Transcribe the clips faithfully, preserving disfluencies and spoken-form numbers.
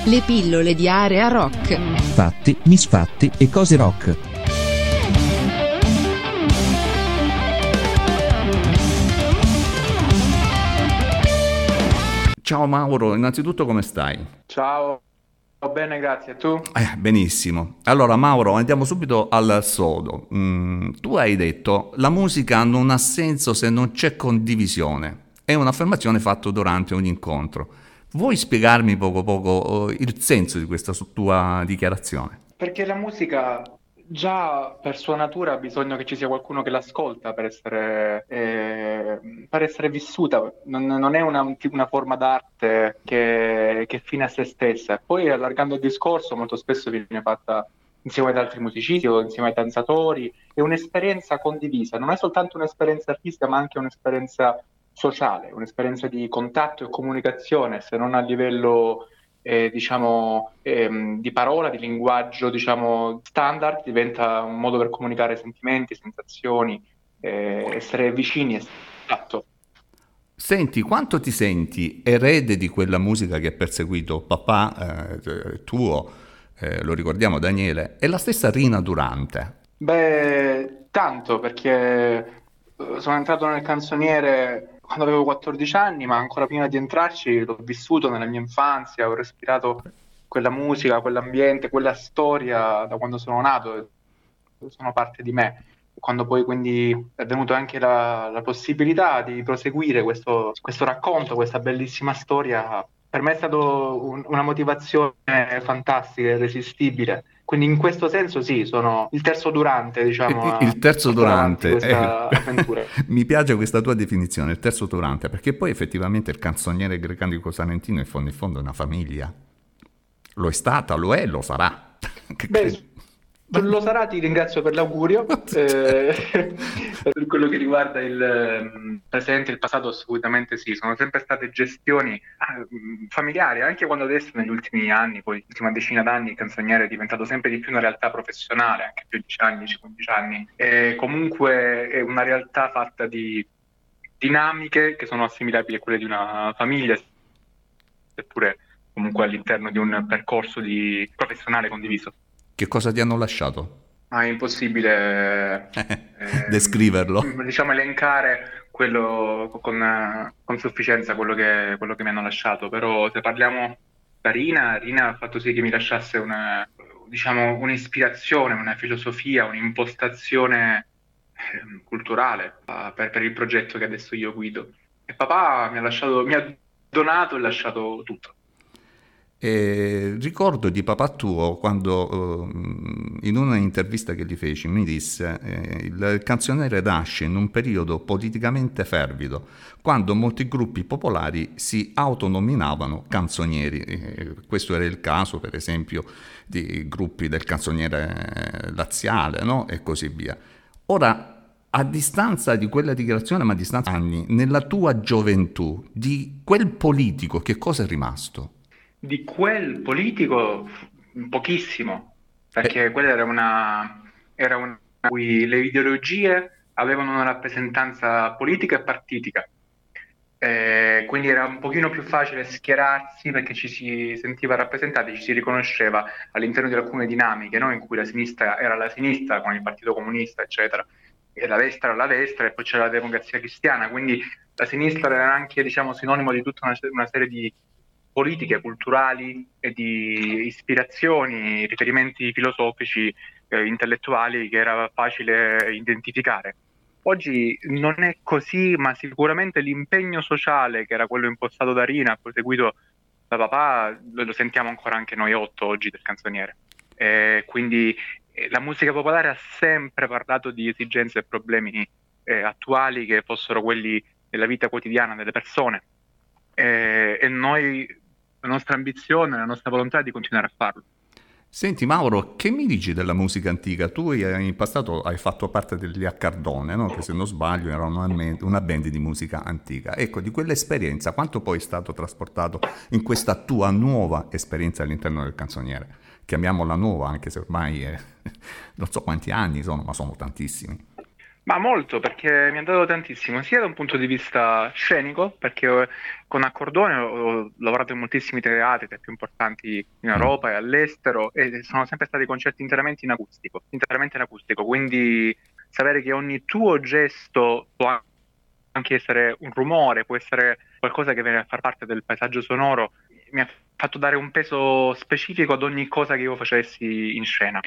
Le pillole di Area Rock. Fatti, misfatti e cose rock. Ciao Mauro, innanzitutto come stai? Ciao, sto bene, grazie. E tu? Eh, benissimo. Allora Mauro, andiamo subito al sodo. Mm, tu hai detto la musica non ha senso se non c'è condivisione. È un'affermazione fatta durante un incontro. Vuoi spiegarmi poco poco eh, il senso di questa su- tua dichiarazione? Perché la musica già per sua natura ha bisogno che ci sia qualcuno che l'ascolta per essere, eh, per essere vissuta. Non, non è una, una forma d'arte che, che è fine a se stessa. E poi allargando il discorso, molto spesso viene fatta insieme ad altri musicisti o insieme ai danzatori. È un'esperienza condivisa, non è soltanto un'esperienza artistica, ma anche un'esperienza sociale, un'esperienza di contatto e comunicazione, se non a livello eh, diciamo ehm, di parola, di linguaggio, diciamo standard, diventa un modo per comunicare sentimenti, sensazioni, eh, essere vicini. Esatto. Senti, quanto ti senti erede di quella musica che ha perseguito papà eh, tuo, eh, lo ricordiamo Daniele, e la stessa Rina Durante? Beh, tanto perché eh, sono entrato nel canzoniere quando avevo quattordici anni, ma ancora prima di entrarci l'ho vissuto nella mia infanzia, ho respirato quella musica, quell'ambiente, quella storia da quando sono nato, sono parte di me. Quando poi quindi è venuta anche la, la possibilità di proseguire questo, questo racconto, questa bellissima storia, per me è stata un- una motivazione fantastica, irresistibile. Quindi in questo senso sì, sono il terzo Durante, diciamo, Il a il terzo portare avanti Durante, questa ecco. avventura. Mi piace questa tua definizione, il terzo Durante, perché poi effettivamente il canzoniere grecanico salentino in fondo in fondo è una famiglia. Lo è stata, lo è, lo sarà. Che Beh, credi? su- lo sarà, ti ringrazio per l'augurio. Eh, per quello che riguarda il ehm, presente e il passato, assolutamente sì, sono sempre state gestioni ah, mh, familiari, anche quando adesso negli ultimi anni, poi l'ultima decina d'anni, il canzoniere è diventato sempre di più una realtà professionale, anche più di dieci anni, quindici anni, e comunque è una realtà fatta di dinamiche che sono assimilabili a quelle di una famiglia, seppure comunque all'interno di un percorso di professionale condiviso. Che cosa ti hanno lasciato? Ma è impossibile, Descriverlo. ehm, diciamo, elencare quello con, eh, con sufficienza quello che, quello che mi hanno lasciato, però se parliamo da Rina, Rina ha fatto sì che mi lasciasse una, diciamo, un'ispirazione, una filosofia, un'impostazione ehm, culturale eh, per, per il progetto che adesso io guido. E papà mi ha lasciato, mi ha donato e lasciato tutto. E ricordo di papà tuo quando eh, in una intervista che gli feci mi disse eh, il canzoniere nasce in un periodo politicamente fervido, quando molti gruppi popolari si autonominavano canzonieri. Eh, questo era il caso per esempio di gruppi del canzoniere eh, laziale, no? E così via. Ora, a distanza di quella dichiarazione, ma a distanza di anni, nella tua gioventù, di quel politico che cosa è rimasto? Di quel politico pochissimo, Eh, perché quella era una, era una in cui le ideologie avevano una rappresentanza politica e partitica. Eh, quindi era un pochino più facile schierarsi perché ci si sentiva rappresentati, ci si riconosceva all'interno di alcune dinamiche, no? In cui la sinistra era la sinistra con il Partito Comunista, eccetera, e la destra era la destra, e poi c'era la Democrazia Cristiana, quindi la sinistra era anche, diciamo, sinonimo di tutta una, una serie di politiche, culturali e di ispirazioni, riferimenti filosofici, eh, intellettuali che era facile identificare. Oggi non è così, ma sicuramente l'impegno sociale, che era quello impostato da Rina, proseguito da papà, lo, lo sentiamo ancora anche noi otto oggi del canzoniere. Eh, quindi eh, la musica popolare ha sempre parlato di esigenze e problemi eh, attuali che fossero quelli della vita quotidiana delle persone. Eh, e noi, la nostra ambizione, la nostra volontà è di continuare a farlo. Senti Mauro, che mi dici della musica antica? Tu hai- in passato hai fatto parte degli Accardone, no? Che se non sbaglio era una, me- una band di musica antica. Ecco, di quell'esperienza, quanto poi è stato trasportato in questa tua nuova esperienza all'interno del canzoniere? Chiamiamola nuova, anche se ormai è, non so quanti anni sono, ma sono tantissimi. Ma molto, perché mi ha dato tantissimo, sia da un punto di vista scenico, perché eh, con Accordone ho, ho lavorato in moltissimi teatri, tra i più importanti in Mm. Europa e all'estero, e sono sempre stati concerti interamente in acustico, interamente in acustico, quindi sapere che ogni tuo gesto può anche essere un rumore, può essere qualcosa che viene a far parte del paesaggio sonoro, mi ha fatto dare un peso specifico ad ogni cosa che io facessi in scena.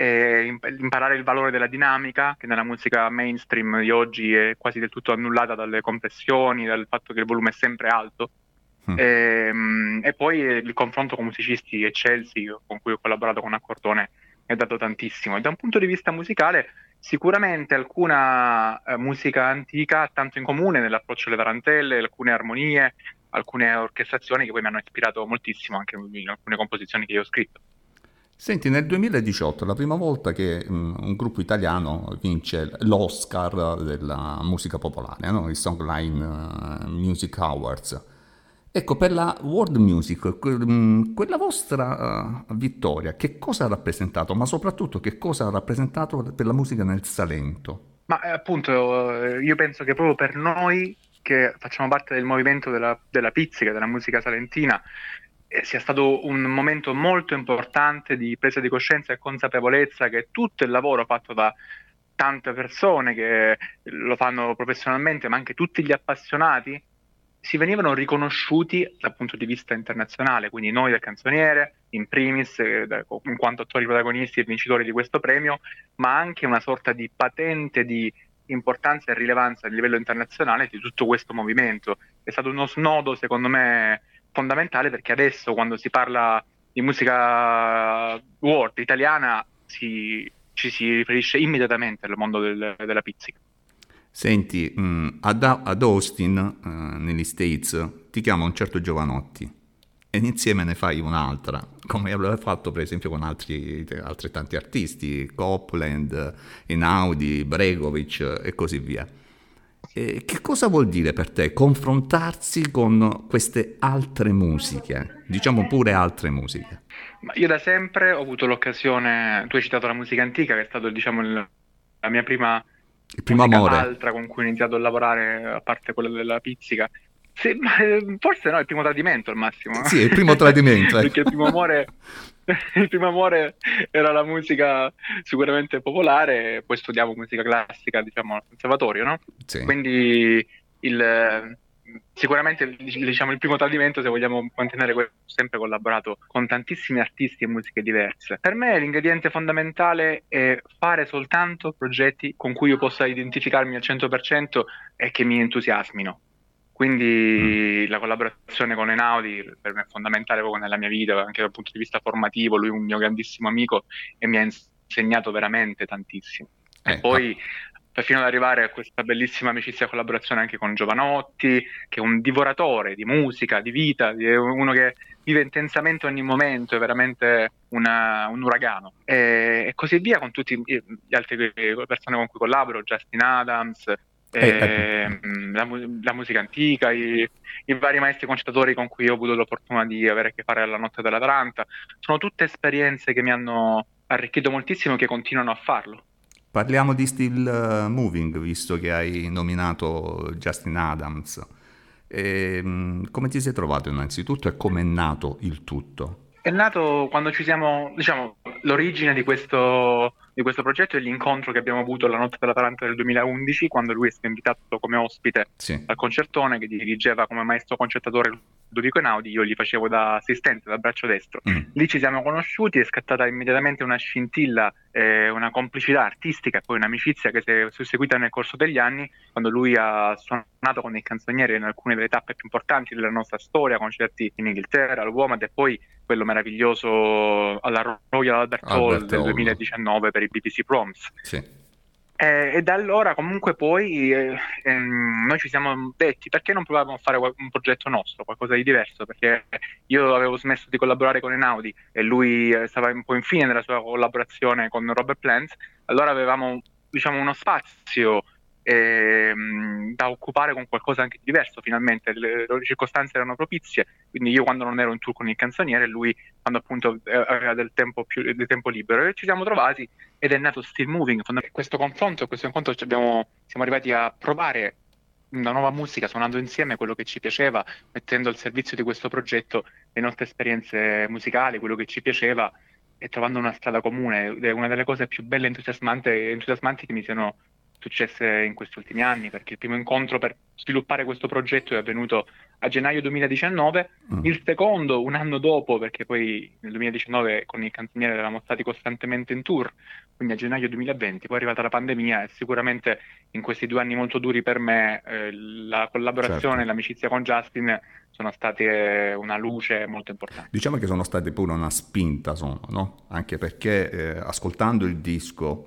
E im- imparare il valore della dinamica, che nella musica mainstream di oggi è quasi del tutto annullata dalle compressioni, dal fatto che il volume è sempre alto. Mm. Ehm, E, poi il confronto con musicisti eccelsi con cui ho collaborato con Accordone mi ha dato tantissimo. E da un punto di vista musicale, sicuramente alcuna eh, musica antica ha tanto in comune nell'approccio alle tarantelle, alcune armonie, alcune orchestrazioni che poi mi hanno ispirato moltissimo anche in alcune composizioni che io ho scritto. Senti, nel duemiladiciotto è la prima volta che mm, un gruppo italiano vince l'Oscar della musica popolare, no? Il Songline eh, Music Awards. Ecco, per la World Music, que- mm, quella vostra eh, vittoria, che cosa ha rappresentato, ma soprattutto che cosa ha rappresentato per la musica nel Salento? Ma eh, appunto, eh, io penso che proprio per noi che facciamo parte del movimento della, della pizzica, della musica salentina, eh, sia stato un momento molto importante di presa di coscienza e consapevolezza che tutto il lavoro fatto da tante persone che lo fanno professionalmente, ma anche tutti gli appassionati, si venivano riconosciuti dal punto di vista internazionale, quindi noi del canzoniere, in primis, eh, da- in quanto attori protagonisti e vincitori di questo premio, ma anche una sorta di patente di importanza e rilevanza a livello internazionale di tutto questo movimento. È stato uno snodo, secondo me, fondamentale, perché adesso, quando si parla di musica world italiana, si- ci si riferisce immediatamente al mondo del- della pizzica. Senti, mm, ad, ad Austin, eh, negli States, ti chiama un certo Giovanotti e insieme ne fai un'altra, come aveva fatto per esempio con altri, altrettanti artisti, Copland, Einaudi, Bregovic e così via. E che cosa vuol dire per te confrontarsi con queste altre musiche, diciamo pure altre musiche? Ma io da sempre ho avuto l'occasione, tu hai citato la musica antica, che è stato, diciamo, il- la mia prima Il primo musica amore. altra con cui ho iniziato a lavorare, a parte quella della pizzica. Sì, ma, eh, forse no, il primo tradimento al massimo, Sì, è il primo tradimento, perché il ecco. primo amore, il primo amore era la musica sicuramente popolare, e poi studiavo musica classica, diciamo, al conservatorio, no? Sì. Quindi il, sicuramente diciamo il primo tradimento, se vogliamo mantenere questo, ho sempre collaborato con tantissimi artisti e musiche diverse. Per me l'ingrediente fondamentale è fare soltanto progetti con cui io possa identificarmi al cento per cento e che mi entusiasmino. Mm. Quindi la collaborazione con Einaudi per me è fondamentale proprio nella mia vita, anche dal punto di vista formativo. Lui è un mio grandissimo amico e mi ha insegnato veramente tantissimo. E Eh, ah, poi fino ad arrivare a questa bellissima amicizia e collaborazione anche con Giovanotti, che è un divoratore di musica, di vita, di- è uno che vive intensamente ogni momento, è veramente una- un uragano. E, e così via con tutti gli altri persone con cui collaboro, Justin Adams, eh, eh, ehm, la, mu- la musica antica, i, i vari maestri concertatori con cui ho avuto l'opportunità di avere a che fare alla Notte dell'Atalanta. Sono tutte esperienze che mi hanno arricchito moltissimo e che continuano a farlo. Parliamo di Still eh, Moving, visto che hai nominato Justin Adams. Ehm, come ti sei trovato innanzitutto e come è nato il tutto? È nato quando ci siamo, diciamo, l'origine di questo, di questo progetto è l'incontro che abbiamo avuto alla Notte dell'Atalanta del duemilaundici, quando lui è stato invitato come ospite Sì. al concertone che dirigeva come maestro concertatore Ludovico Einaudi, io gli facevo da assistente, da braccio destro. Mm. Lì ci siamo conosciuti, è scattata immediatamente una scintilla, eh, una complicità artistica e poi un'amicizia che si è susseguita nel corso degli anni, quando lui ha suonato con il canzoniere in alcune delle tappe più importanti della nostra storia, concerti in Inghilterra, al WOMAD e poi quello meraviglioso alla Royal Albert Hall Albert del Hall. duemiladiciannove per i B B C Proms. Sì. E, e da allora comunque poi eh, ehm, noi ci siamo detti perché non provavamo a fare qual- un progetto nostro, qualcosa di diverso, perché io avevo smesso di collaborare con Einaudi e lui eh, stava un po' infine nella sua collaborazione con Robert Plant, allora avevamo diciamo uno spazio ehm, da occupare con qualcosa anche di diverso. Finalmente le, le circostanze erano propizie, quindi io quando non ero in tour con il canzoniere, lui quando appunto eh, aveva del tempo, più, del tempo libero, e ci siamo trovati ed è nato Still Moving. Questo confronto, questo incontro ci abbiamo, siamo arrivati a provare una nuova musica, suonando insieme quello che ci piaceva, mettendo al servizio di questo progetto le nostre esperienze musicali, quello che ci piaceva, e trovando una strada comune. Ed è una delle cose più belle e entusiasmanti, entusiasmanti che mi siano successe in questi ultimi anni, perché il primo incontro per sviluppare questo progetto è avvenuto a gennaio duemiladiciannove, Mm. il secondo un anno dopo, perché poi nel duemiladiciannove con il canzoniere eravamo stati costantemente in tour, quindi a gennaio duemilaventi, poi è arrivata la pandemia, e sicuramente in questi due anni molto duri per me eh, la collaborazione e Certo. l'amicizia con Justin sono state una luce molto importante. Diciamo che sono state pure una spinta, sono, no? Anche perché eh, ascoltando il disco,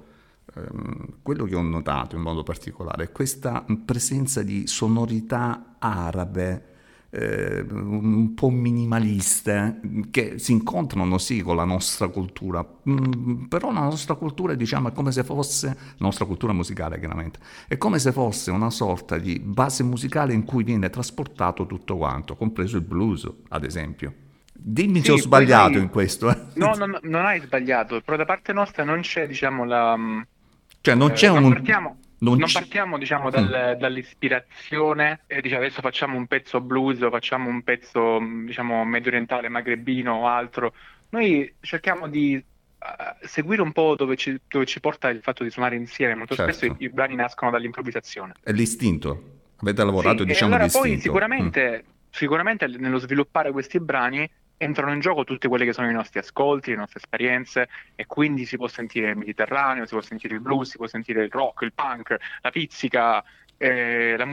ehm, quello che ho notato in modo particolare è questa presenza di sonorità arabe, eh, un po' minimaliste, che si incontrano sì con la nostra cultura, mm, però la nostra cultura, diciamo, è come se fosse, la nostra cultura musicale chiaramente, è come se fosse una sorta di base musicale in cui viene trasportato tutto quanto, compreso il blues, ad esempio. Dimmi se ho Sì, poi sbagliato noi... in questo. eh. No, non, non hai sbagliato, però da parte nostra non c'è, diciamo, la... Cioè non c'è eh, non un... partiamo, Non non c'è... partiamo, diciamo, Mm, dal- dall'ispirazione e diciamo adesso facciamo un pezzo blues o facciamo un pezzo, mh, diciamo, medio orientale, magrebino o altro. Noi cerchiamo di eh, seguire un po' dove ci, dove ci porta il fatto di suonare insieme. Molto spesso i, certo, i brani nascono dall'improvvisazione. è l'istinto. Avete lavorato, Sì, e diciamo, allora poi d'istinto. Mm, sicuramente, sicuramente nello sviluppare questi brani entrano in gioco tutti quelli che sono i nostri ascolti, le nostre esperienze, e quindi si può sentire il Mediterraneo, si può sentire il blues, si può sentire il rock, il punk, la pizzica, eh, la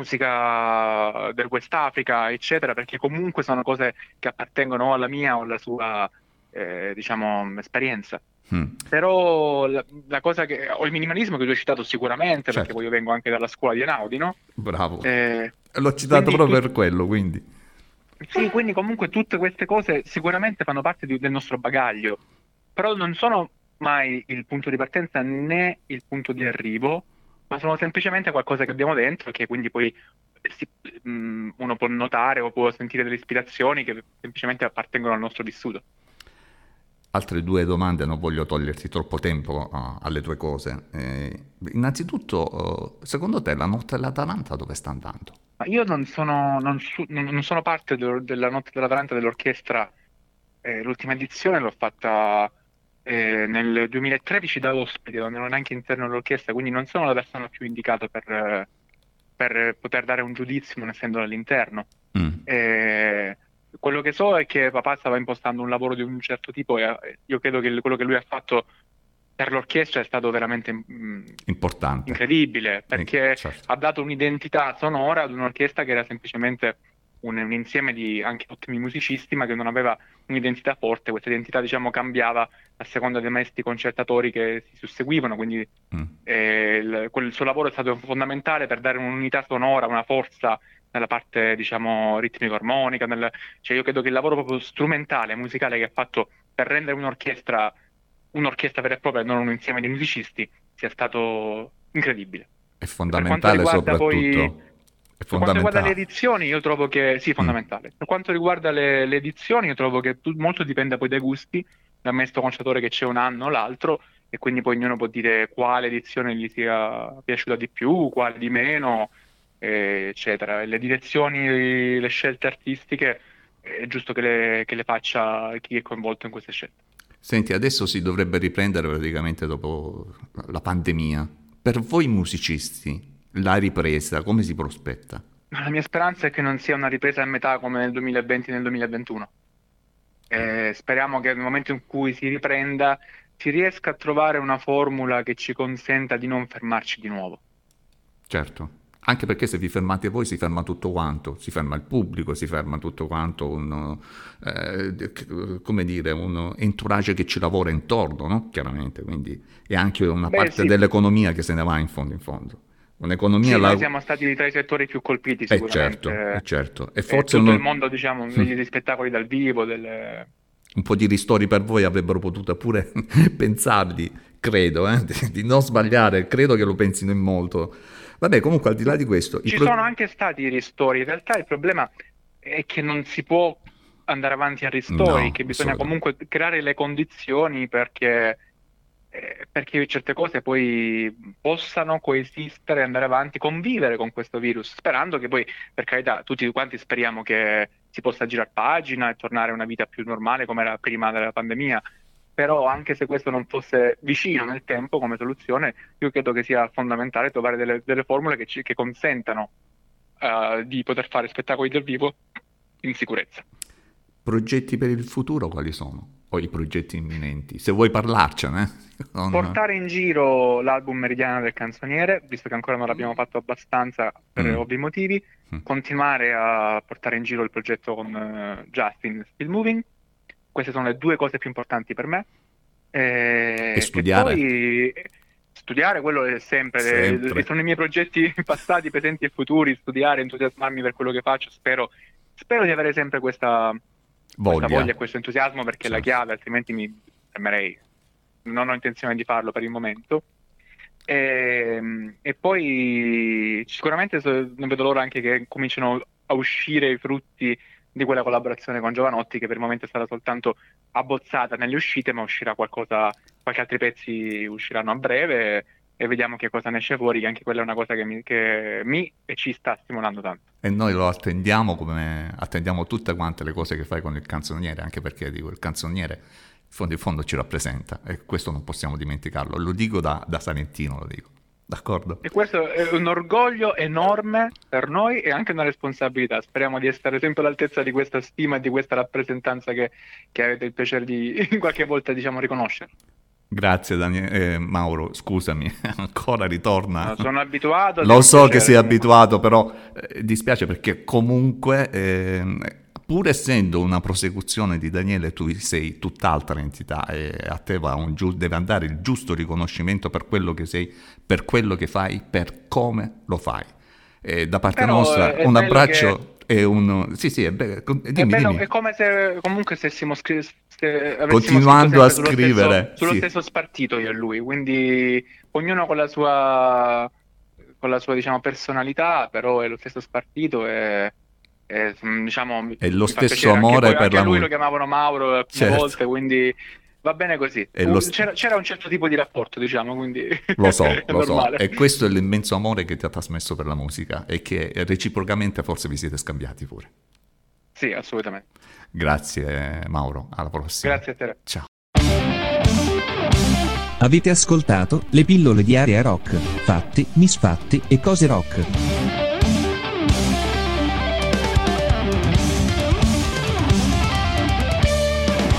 musica del West Africa, eccetera, perché comunque sono cose che appartengono o alla mia o alla sua, eh, diciamo, esperienza. mm, Però la, la cosa che... o il minimalismo che tu hai citato sicuramente, perché certo, poi io vengo anche dalla scuola di Einaudi, no? bravo. Eh, L'ho citato quindi proprio tu- per quello, quindi. sì, quindi comunque tutte queste cose sicuramente fanno parte di- del nostro bagaglio, però non sono mai il punto di partenza né il punto di arrivo, ma sono semplicemente qualcosa che abbiamo dentro, che quindi poi si- mm, uno può notare o può sentire delle ispirazioni che semplicemente appartengono al nostro vissuto. Altre due domande, non voglio toglierti troppo tempo uh, alle tue cose. Eh, innanzitutto, uh, secondo te la notte dell'Atalanta dove sta andando? Ma io non sono, non su- non- non sono parte del- della Notte dell'Atalanta dell'orchestra. Eh, l'ultima edizione l'ho fatta eh, nel duemilatredici da ospite, non ero neanche interno all'orchestra, quindi non sono la persona più indicata per, eh, per poter dare un giudizio non essendo all'interno. Mm, Eh, quello che so è che papà stava impostando un lavoro di un certo tipo, e eh, io credo che quello che lui ha fatto per l'orchestra è stato veramente mm, importante. incredibile, Eh, perché certo. ha dato un'identità sonora ad un'orchestra che era semplicemente un, un insieme di anche ottimi musicisti, ma che non aveva un'identità forte. Questa identità, diciamo, cambiava a seconda dei maestri concertatori che si susseguivano, quindi Mm, eh, il, quel suo lavoro è stato fondamentale per dare un'unità sonora, una forza nella parte, diciamo, ritmico-armonica. Nel... Cioè, io credo che il lavoro proprio strumentale, musicale che ha fatto per rendere un'orchestra un'orchestra vera e propria e non un insieme di musicisti sia stato incredibile. è Per quanto fondamentale riguarda poi, soprattutto. È per quanto riguarda le fondamentale. edizioni, io trovo che sì, Mm, fondamentale. Per quanto riguarda le, le edizioni, io trovo che tu- molto dipende poi dai gusti, dal maestro conciatore che c'è un anno o l'altro, e quindi poi ognuno può dire quale edizione gli sia piaciuta di più, quale di meno, eh, eccetera. E le direzioni, le scelte artistiche, eh, è giusto che le, che le faccia chi è coinvolto in queste scelte. Senti, adesso si dovrebbe riprendere praticamente dopo la pandemia. Per voi musicisti, la ripresa come si prospetta? La mia speranza è che non sia una ripresa a metà come nel duemilaventi e nel duemilaventuno. Eh, speriamo che nel momento in cui si riprenda si riesca a trovare una formula che ci consenta di non fermarci di nuovo. Certo, anche perché se vi fermate voi si ferma tutto quanto, si ferma il pubblico, si ferma tutto quanto, un, eh, come dire, un entourage che ci lavora intorno, no? Chiaramente, quindi è anche una Beh, parte sì, dell'economia che se ne va in fondo in fondo. Un'economia sì, la... noi siamo stati tra i settori più colpiti Eh certo, eh sicuramente. certo, e Eh, forse tutto il uno- mondo, diciamo, degli spettacoli dal vivo, delle... un po' di ristori per voi avrebbero potuto pure pensarli, credo, eh, di di non sbagliare, credo che lo pensino in molto. Vabbè, comunque al di là di questo... Ci pro... sono anche stati ristori, in realtà il problema è che non si può andare avanti a ristori, No, che bisogna assolutamente. comunque creare le condizioni perché, eh, perché certe cose poi possano coesistere, andare avanti, convivere con questo virus, sperando che poi, per carità, tutti quanti speriamo che si possa girare pagina e tornare a una vita più normale come era prima della pandemia. Però anche se questo non fosse vicino nel tempo come soluzione, io credo che sia fondamentale trovare delle, delle formule che, ci, che consentano eh, di poter fare spettacoli dal vivo in sicurezza. Progetti per il futuro quali sono? O i progetti imminenti? Se vuoi parlarcene. Non... Portare in giro l'album Meridiana del Canzoniere, visto che ancora non l'abbiamo fatto abbastanza per Mm. ovvi motivi, Mm. continuare a portare in giro il progetto con eh, Justin Still Moving. Queste sono le due cose più importanti per me. Eh, E studiare. E poi eh, studiare, quello è sempre, Sempre. eh, sono i miei progetti passati, presenti e futuri, studiare, entusiasmarmi per quello che faccio. Spero, spero di avere sempre questa Voglia. questa voglia e questo entusiasmo, perché è la Certo. chiave, altrimenti mi fermerei. Non ho intenzione di farlo per il momento. E, e poi sicuramente so- non vedo l'ora anche che cominciano a uscire i frutti di quella collaborazione con Giovanotti, che per il momento è stata soltanto abbozzata nelle uscite, ma uscirà qualcosa, qualche altri pezzi usciranno a breve e vediamo che cosa ne esce fuori, che anche quella è una cosa che mi, che mi e ci sta stimolando tanto. E noi lo attendiamo come attendiamo tutte quante le cose che fai con il canzoniere, anche perché dico, il canzoniere in fondo in fondo ci rappresenta e questo non possiamo dimenticarlo. Lo dico da, da salentino, lo dico. D'accordo? E questo è un orgoglio enorme per noi e anche una responsabilità. Speriamo di essere sempre all'altezza di questa stima e di questa rappresentanza che, che avete il piacere di in qualche volta, diciamo, riconoscere. Grazie Daniele, eh, Mauro, scusami, ancora ritorna. No, sono abituato. Lo so piacere, che sei comunque. abituato, però eh, dispiace perché comunque, eh, pur essendo una prosecuzione di Daniele, tu sei tutt'altra entità e a te va un giu- deve andare il giusto riconoscimento per quello che sei, per quello che fai, per come lo fai. E da parte Però, nostra eh, è un bello abbraccio e un... Sì, sì, è, be- È dimmi, bello, dimmi. è come se comunque stessimo scri- se avessimo Continuando scritto a sempre sullo scrivere, stesso, sullo sì. stesso spartito io e lui, quindi ognuno con la sua con la sua diciamo personalità, però è lo stesso spartito e, e, diciamo mi- È lo mi fa stesso piacere. Anche amore poi- per anche la a lui lo musica. chiamavano Mauro alcune Certo. volte, quindi va bene così. È lo Un- st- c'era, c'era un certo tipo di rapporto, diciamo, quindi Lo so, è lo so, normale. e questo è l'immenso amore che ti ha trasmesso per la musica e che reciprocamente forse vi siete scambiati pure. Sì, assolutamente. Grazie Mauro, alla prossima. Grazie a te. Ciao. Avete ascoltato le pillole di Area Rock, fatti, misfatti e cose rock.